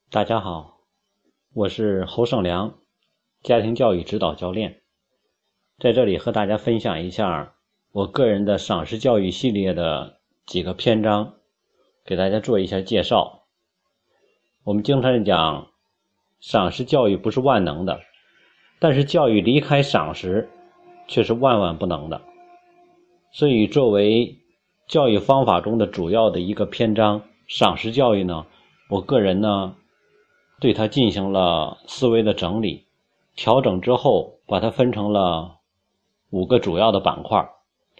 大家好，我是侯胜良，家庭教育指导教练，在这里和大家分享一下我个人的赏识教育系列的几个篇章，给大家做一下介绍。我们经常讲，赏识教育不是万能的，但是教育离开赏识却是万万不能的。所以作为教育方法中的主要的一个篇章，赏识教育呢，我个人呢对它进行了思维的整理，调整之后把它分成了5个主要的板块。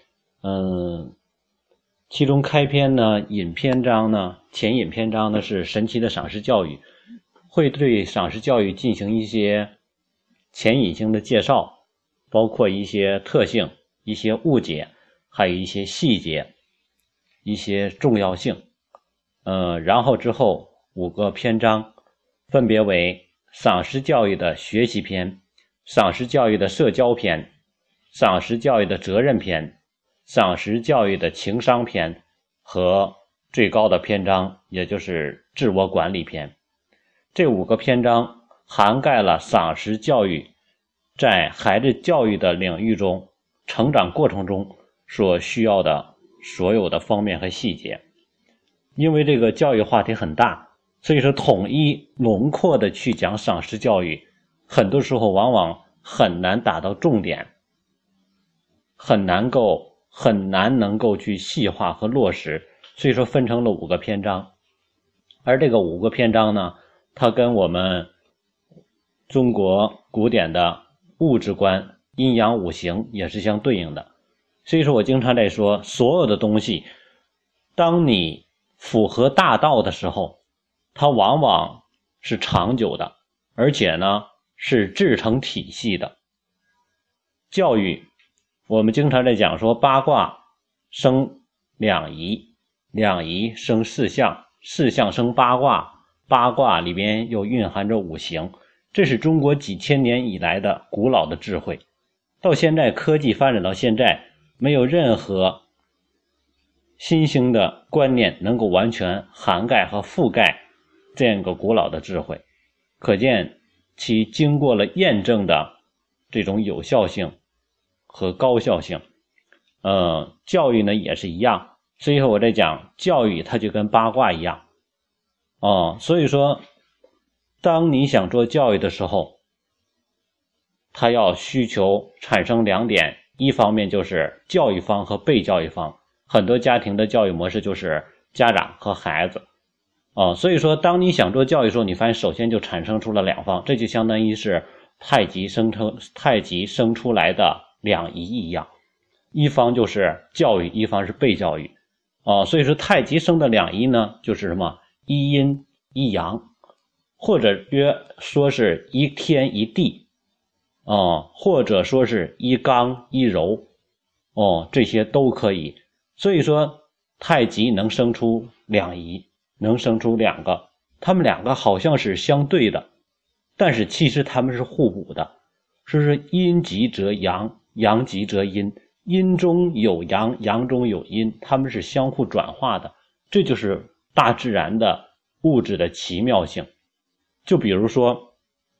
其中开篇呢，前引篇章呢是神奇的赏识教育，会对赏识教育进行一些前引性的介绍，包括一些特性、一些误解，还有一些细节、一些重要性。然后之后5个篇章分别为赏识教育的学习篇、赏识教育的社交篇、赏识教育的责任篇、赏识教育的情商篇和最高的篇章，也就是自我管理篇。这5个篇章涵盖了赏识教育在孩子教育的领域中成长过程中所需要的所有的方面和细节。因为这个教育话题很大，所以说统一笼括的去讲赏识教育，很多时候往往很难打到重点，很难能够去细化和落实，所以说分成了5个篇章。而这个5个篇章呢，它跟我们中国古典的物质观、阴阳五行也是相对应的。所以说我经常在说，所有的东西当你符合大道的时候，它往往是长久的，而且呢是制成体系的。教育我们经常在讲说，八卦生两仪，两仪生四象，四象生八卦，八卦里边又蕴含着5行，这是中国几千年以来的古老的智慧。到现在科技发展到现在，没有任何新兴的观念能够完全涵盖和覆盖这样一个古老的智慧，可见其经过了验证的这种有效性和高效性。教育呢也是一样，所以说我在讲教育它就跟八卦一样。所以说当你想做教育的时候，它要需求产生2点，一方面就是教育方和被教育方，很多家庭的教育模式就是家长和孩子。所以说当你想做教育的时候，你发现首先就产生出了2方，这就相当于是太极生出来的2仪一样，一方就是教育，一方是被教育。所以说太极生的2仪呢，就是什么？一阴一阳，或者约说是一天一地，或者说是一刚一柔，这些都可以。所以说太极能生出2仪，能生出2个，他们2个好像是相对的，但是其实他们是互补的，是阴极则阳，阳极则阴，阴中有阳，阳中有阴，他们是相互转化的。这就是大自然的物质的奇妙性。就比如说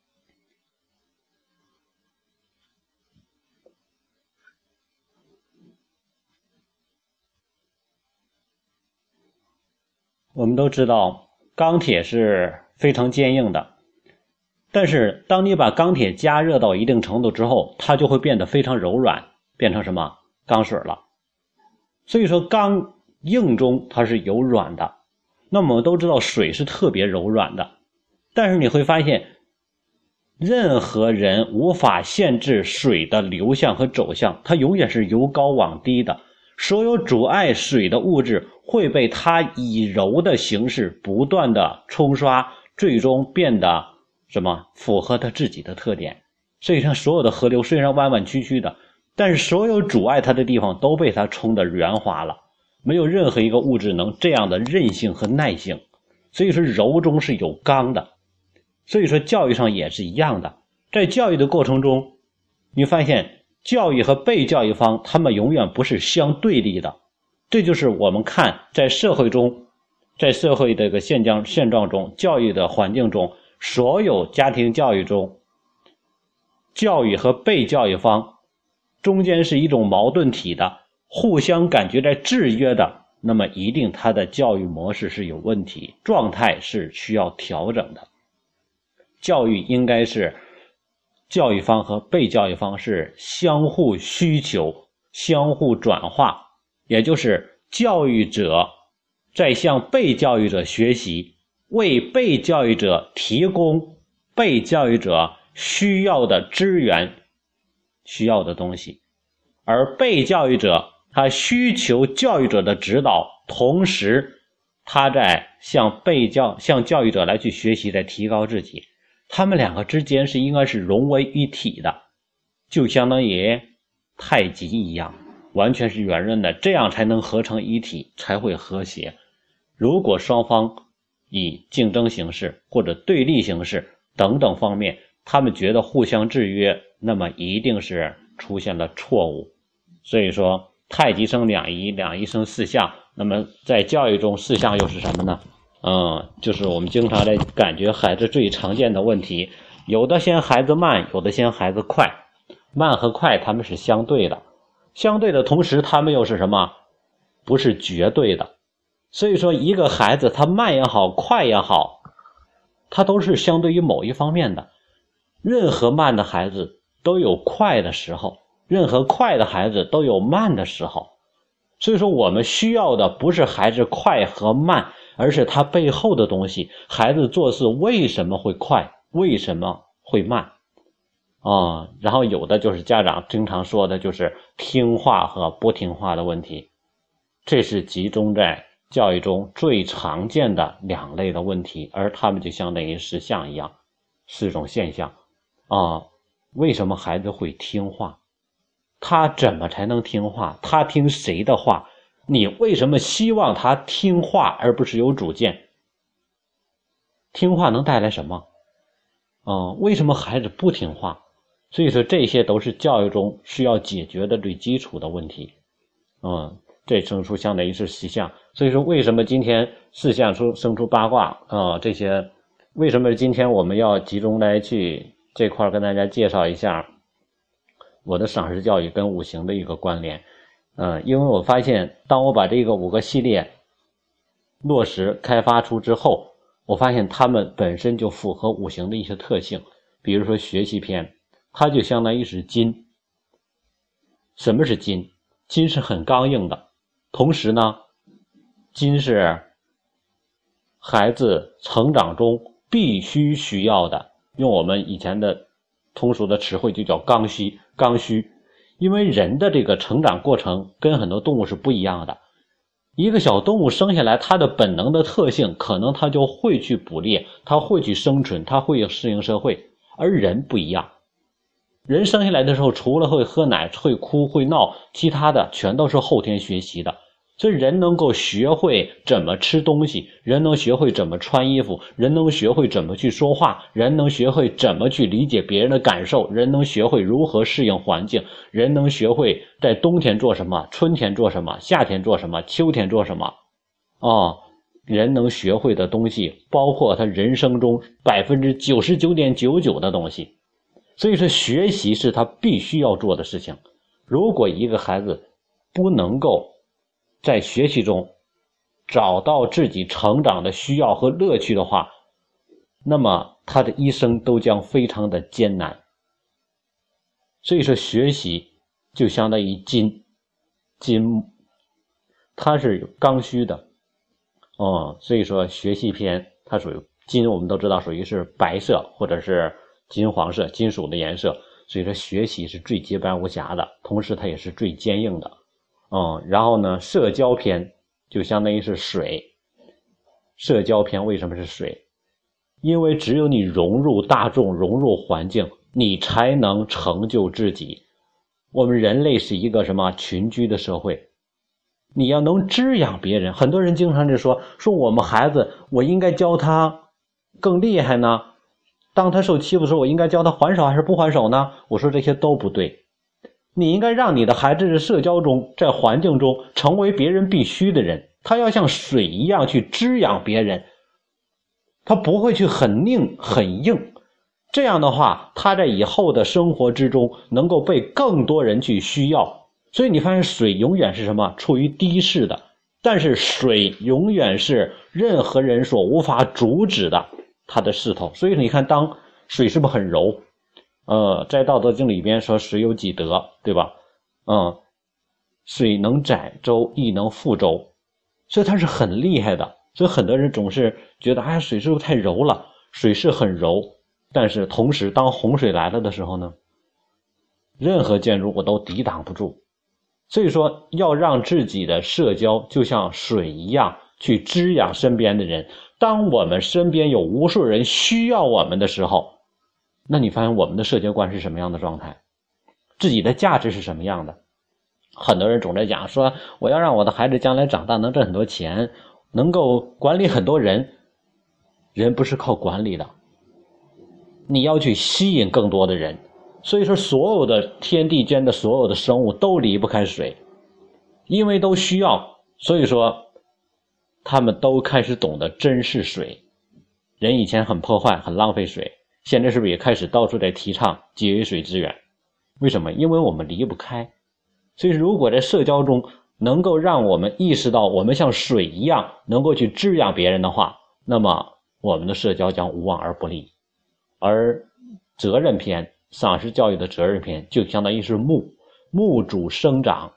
我们都知道钢铁是非常坚硬的，但是当你把钢铁加热到一定程度之后，它就会变得非常柔软，变成什么？钢水了。所以说刚硬中它是有软的，那么我们都知道水是特别柔软的，但是你会发现任何人无法限制水的流向和走向，它永远是由高往低的，所有阻碍水的物质会被它以柔的形式不断的冲刷，最终变得什么？符合它自己的特点。所以像所有的河流虽然弯弯曲曲的，但是所有阻碍它的地方都被它冲得圆滑了，没有任何一个物质能这样的韧性和耐性。所以说柔中是有刚的。所以说教育上也是一样的，在教育的过程中，你发现教育和被教育方他们永远不是相对立的。这就是我们看在社会中在社会这个现状中，教育的环境中，所有家庭教育中，教育和被教育方中间是一种矛盾体的，互相感觉在制约的，那么一定它的教育模式是有问题，状态是需要调整的。教育应该是教育方和被教育方是相互需求、相互转化，也就是教育者在向被教育者学习，为被教育者提供被教育者需要的资源、需要的东西，而被教育者他需求教育者的指导，同时他在向教育者来去学习，在提高自己。他们两个之间应该是融为一体的，就相当于太极一样，完全是圆润的，这样才能合成一体，才会和谐。如果双方以竞争形式或者对立形式等等方面，他们觉得互相制约，那么一定是出现了错误。所以说太极生两仪，两仪生四象，那么在教育中四象又是什么呢？就是我们经常在感觉孩子最常见的问题，有的嫌孩子慢，有的嫌孩子快。慢和快他们是相对的，相对的同时他们又是什么？不是绝对的。所以说一个孩子他慢也好，快也好，他都是相对于某一方面的。任何慢的孩子都有快的时候，任何快的孩子都有慢的时候。所以说我们需要的不是孩子快和慢，而是他背后的东西，孩子做事为什么会快，为什么会慢然后有的就是家长经常说的就是听话和不听话的问题，这是集中在教育中最常见的两类的问题，而他们就相当于四象一样，是一种现象为什么孩子会听话？他怎么才能听话？他听谁的话？你为什么希望他听话而不是有主见？听话能带来什么？为什么孩子不听话？所以说这些都是教育中需要解决的最基础的问题。这生出相当于是四象。所以说为什么今天四象生出八卦这些为什么今天我们要集中来去这块跟大家介绍一下我的赏识教育跟五行的一个关联。因为我发现当我把这个5个系列落实开发出之后，我发现它们本身就符合五行的一些特性。比如说学习篇，它就相当于是金。什么是金？金是很刚硬的，同时呢，金是孩子成长中必须需要的，用我们以前的通俗的词汇就叫刚需。因为人的这个成长过程跟很多动物是不一样的，一个小动物生下来，它的本能的特性可能它就会去捕猎，它会去生存，它会适应社会，而人不一样。人生下来的时候，除了会喝奶、会哭、会闹，其他的全都是后天学习的。所以人能够学会怎么吃东西，人能学会怎么穿衣服，人能学会怎么去说话，人能学会怎么去理解别人的感受，人能学会如何适应环境，人能学会在冬天做什么，春天做什么，夏天做什么，秋天做什么人能学会的东西包括他人生中 99.99% 的东西。所以说学习是他必须要做的事情。如果一个孩子不能够在学习中找到自己成长的需要和乐趣的话，那么他的一生都将非常的艰难。所以说学习就相当于金，它是有刚需的所以说学习篇它属于金，我们都知道属于是白色或者是金黄色，金属的颜色。所以说学习是最洁白无瑕的，同时它也是最坚硬的然后呢，社交篇就相当于是水。社交篇为什么是水？因为只有你融入大众，融入环境，你才能成就自己。我们人类是一个什么群居的社会，你要能滋养别人。很多人经常就说我们孩子，我应该教他更厉害呢，当他受欺负的时候，我应该教他还手还是不还手呢？我说这些都不对。你应该让你的孩子在社交中，在环境中成为别人必须的人， 它要像水一样去滋养别人，它不会去很拧很硬。这样的话，它在以后的生活之中能够被更多人去需要。所以你发现水永远是什么？处于低势的，但是水永远是任何人所无法阻止的它的势头。所以你看，当水是不是很柔？在《道德经》里边说水有几德，对吧？水能载舟，亦能覆舟，所以它是很厉害的。所以很多人总是觉得，水是不是太柔了？水是很柔，但是同时当洪水来了的时候呢，任何建筑物都抵挡不住。所以说要让自己的社交就像水一样去滋养身边的人。当我们身边有无数人需要我们的时候，那你发现我们的社交观是什么样的状态？自己的价值是什么样的？很多人总在讲说，我要让我的孩子将来长大能挣很多钱，能够管理很多人。人不是靠管理的，你要去吸引更多的人。所以说所有的天地间的所有的生物都离不开水，因为都需要，所以说他们都开始懂得珍视水。人以前很破坏很浪费水，现在是不是也开始到处在提倡节约水资源？为什么？因为我们离不开。所以如果在社交中能够让我们意识到我们像水一样能够去滋养别人的话，那么我们的社交将无往而不利。而责任篇，赏识教育的责任篇就相当于是木主生长。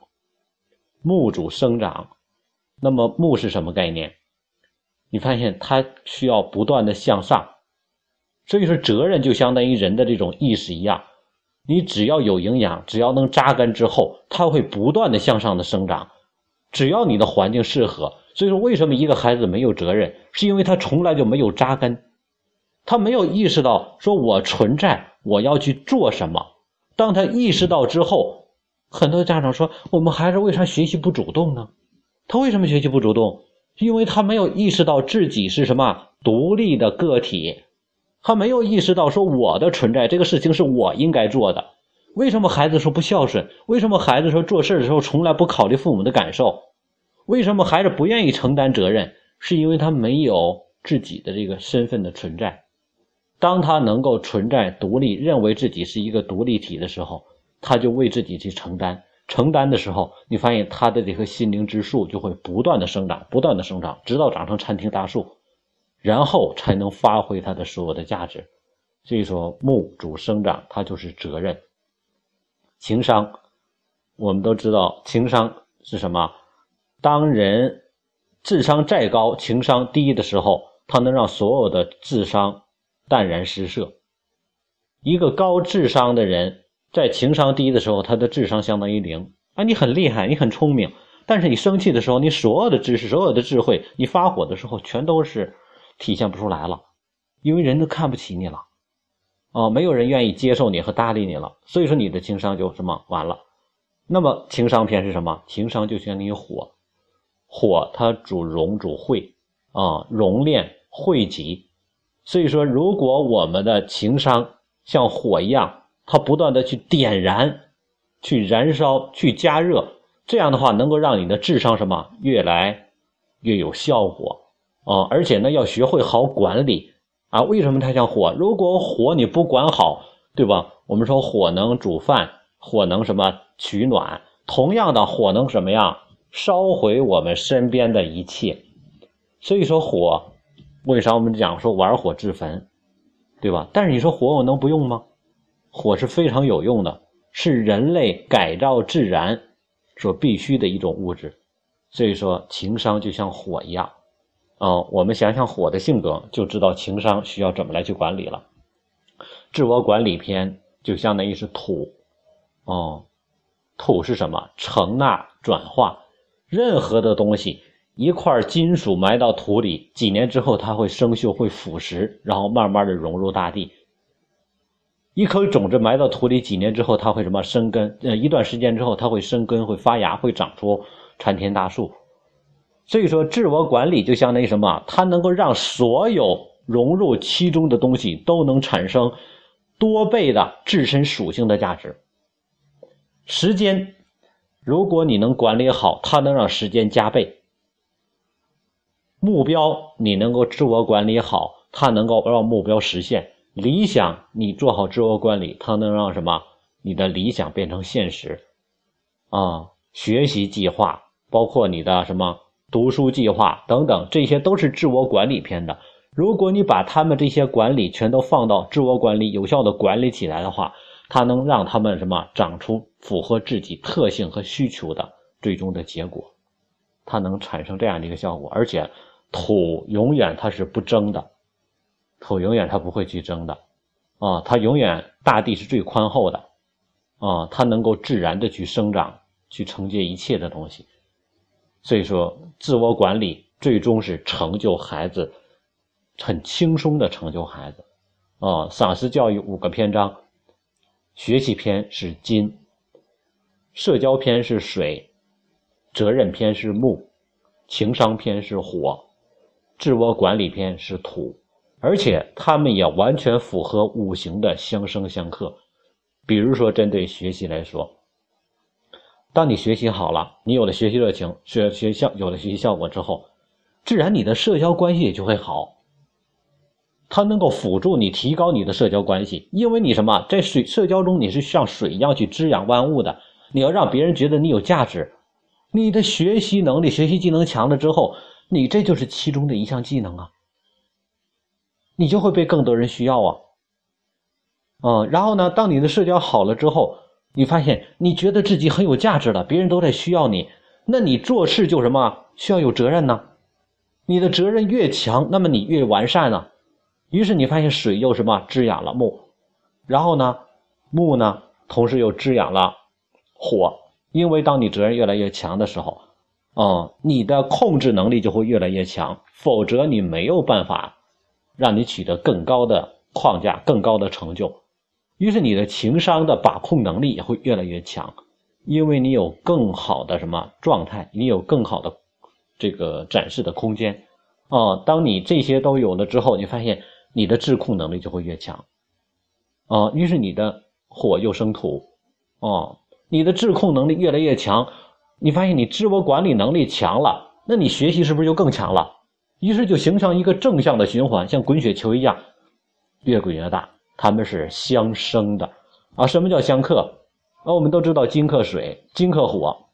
那么木是什么概念？你发现它需要不断的向上。所以说责任就相当于人的这种意识一样，你只要有营养，只要能扎根之后，它会不断的向上的生长，只要你的环境适合。所以说为什么一个孩子没有责任，是因为他从来就没有扎根，他没有意识到说我存在，我要去做什么。当他意识到之后，很多家长说，我们孩子为啥学习不主动呢？他为什么学习不主动？因为他没有意识到自己是什么独立的个体，他没有意识到说我的存在，这个事情是我应该做的。为什么孩子说不孝顺？为什么孩子说做事的时候从来不考虑父母的感受？为什么孩子不愿意承担责任？是因为他没有自己的这个身份的存在。当他能够存在独立，认为自己是一个独立体的时候，他就为自己去承担的时候，你发现他的这棵心灵之树就会不断的生长，直到长成参天大树，然后才能发挥它的所有的价值。所以说木主生长，它就是责任。情商，我们都知道情商是什么？当人智商再高，情商低的时候，它能让所有的智商淡然失色。一个高智商的人在情商低的时候，他的智商相当于零。你很厉害，你很聪明，但是你生气的时候，你所有的知识，所有的智慧，你发火的时候全都是体现不出来了，因为人都看不起你了，没有人愿意接受你和搭理你了，所以说你的情商就什么完了。那么情商篇是什么？情商就相当于火，它主荣主慧熔炼汇集。所以说如果我们的情商像火一样，它不断的去点燃，去燃烧，去加热，这样的话能够让你的智商什么越来越有效果而且呢要学会好管理为什么它像火？如果火你不管好，对吧？我们说火能煮饭，火能什么取暖，同样的火能什么样烧毁我们身边的一切。所以说火，为啥我们讲说玩火自焚，对吧？但是你说火我能不用吗？火是非常有用的，是人类改造自然所必须的一种物质。所以说情商就像火一样我们想想火的性格，就知道情商需要怎么来去管理了。自我管理篇就相当于是土土是什么？承纳转化。任何的东西，一块金属埋到土里，几年之后它会生锈，会腐蚀，然后慢慢的融入大地。一颗种子埋到土里，几年之后它会什么生根一段时间之后它会生根，会发芽，会长出参天大树。所以说自我管理就相当于什么？它能够让所有融入其中的东西都能产生多倍的自身属性的价值。时间，如果你能管理好，它能让时间加倍。 目标你能够自我管理好，它能够让目标实现；理想你做好自我管理，它能让什么？你的理想变成现实。学习计划，包括你的什么读书计划等等，这些都是自我管理篇的。如果你把他们这些管理全都放到自我管理，有效的管理起来的话，它能让他们什么？长出符合自己特性和需求的最终的结果。它能产生这样的一个效果。而且土永远它是不争的，土永远它不会去争的它永远大地是最宽厚的它能够自然的去生长，去承接一切的东西。所以说自我管理最终是成就孩子，很轻松的成就孩子赏识教育5个篇章，学习篇是金，社交篇是水，责任篇是木，情商篇是火，自我管理篇是土。而且他们也完全符合5行的相生相克。比如说针对学习来说，当你学习好了，你有了学习热情，有了学习效果之后，自然你的社交关系也就会好。它能够辅助你提高你的社交关系，因为你什么？在社交中你是像水一样去滋养万物的，你要让别人觉得你有价值。你的学习能力、学习技能强了之后，你这就是其中的一项技能啊，你就会被更多人需要然后呢，当你的社交好了之后，你发现你觉得自己很有价值了，别人都在需要你，那你做事就什么？需要有责任呢？你的责任越强，那么你越完善呢。于是你发现水又什么？滋养了木，然后呢，木呢，同时又滋养了火。因为当你责任越来越强的时候你的控制能力就会越来越强，否则你没有办法让你取得更高的框架、更高的成就。于是你的情商的把控能力也会越来越强，因为你有更好的什么状态，你有更好的这个展示的空间当你这些都有了之后，你发现你的自控能力就会越强于是你的火又生土你的自控能力越来越强，你发现你自我管理能力强了，那你学习是不是就更强了？于是就形成一个正向的循环，像滚雪球一样越滚越大，它们是相生的什么叫相克我们都知道金克水，金克火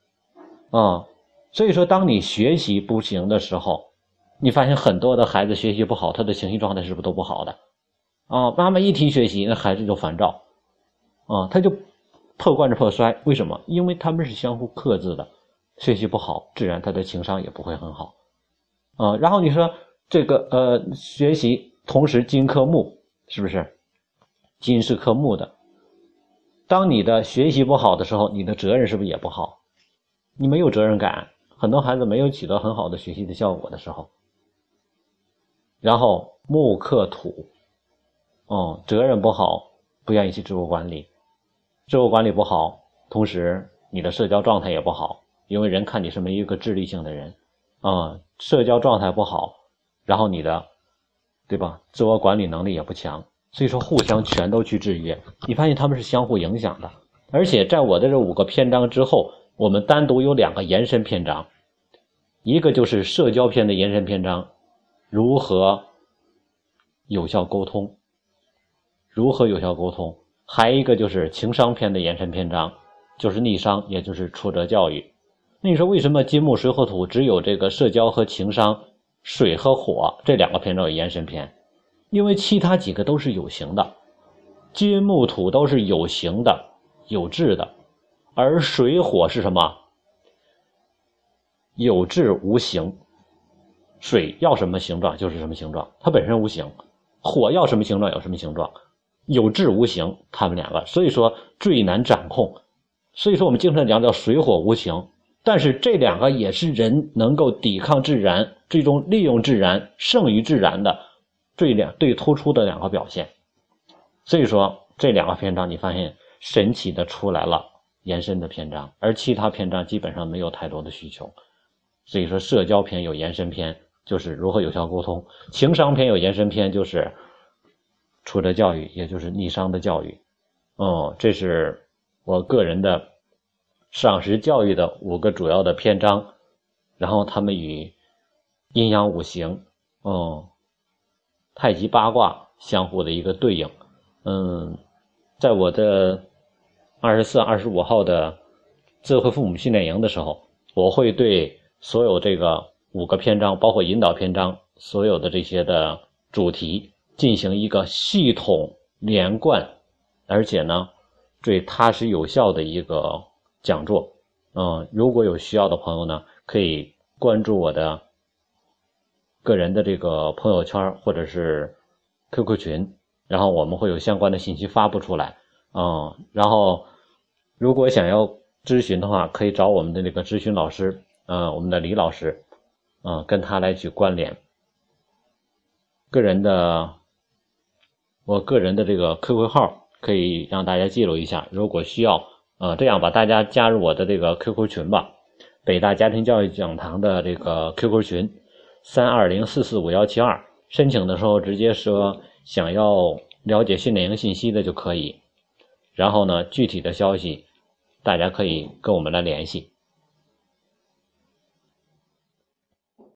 所以说当你学习不行的时候，你发现很多的孩子学习不好，他的情绪状态是不是都不好的妈妈一提学习，那孩子就烦躁他就破罐子破摔。为什么？因为他们是相互克制的，学习不好，自然他的情商也不会很好然后你说这个学习同时金克木，是不是？金是克木的，当你的学习不好的时候，你的责任是不是也不好？你没有责任感，很多孩子没有取得很好的学习的效果的时候。然后木克土责任不好，不愿意去自我管理，自我管理不好，同时你的社交状态也不好，因为人看你是没有一个智力性的人社交状态不好，然后你的对吧，自我管理能力也不强，所以说互相全都去制约，你发现他们是相互影响的。而且在我的这5个篇章之后，我们单独有2个延伸篇章，一个就是社交篇的延伸篇章，如何有效沟通，还有一个就是情商篇的延伸篇章，就是逆商，也就是挫折教育。那你说为什么金木水火土只有这个社交和情商，水和火这2个篇章有延伸篇？因为其他几个都是有形的，金木土都是有形的、有质的，而水火是什么？有质无形。水要什么形状就是什么形状，它本身无形；火要什么形状有什么形状，有质无形，它们2个所以说最难掌控。所以说我们经常讲叫水火无情，但是这2个也是人能够抵抗自然，最终利用自然胜于自然的最突出的2个表现。所以说这2个篇章你发现神奇的出来了延伸的篇章，而其他篇章基本上没有太多的需求。所以说社交篇有延伸篇，就是如何有效沟通；情商篇有延伸篇，就是挫折教育，也就是逆商的教育这是我个人的赏识教育的5个主要的篇章，然后他们与阴阳五行，太极八卦相互的一个对应。在我的24、25号的智慧父母训练营的时候，我会对所有这个5个篇章，包括引导篇章，所有的这些的主题进行一个系统连贯，而且呢最踏实有效的一个讲座。如果有需要的朋友呢，可以关注我的个人的这个朋友圈或者是 QQ 群，然后我们会有相关的信息发布出来。然后如果想要咨询的话，可以找我们的这个咨询老师，我们的李老师，跟他来去关联。我个人的这个 QQ 号可以让大家记录一下，如果需要，这样吧，大家加入我的这个 QQ 群吧，北大家庭教育讲堂的这个 QQ 群320445172，申请的时候直接说想要了解训练营信息的就可以，然后呢具体的消息大家可以跟我们来联系。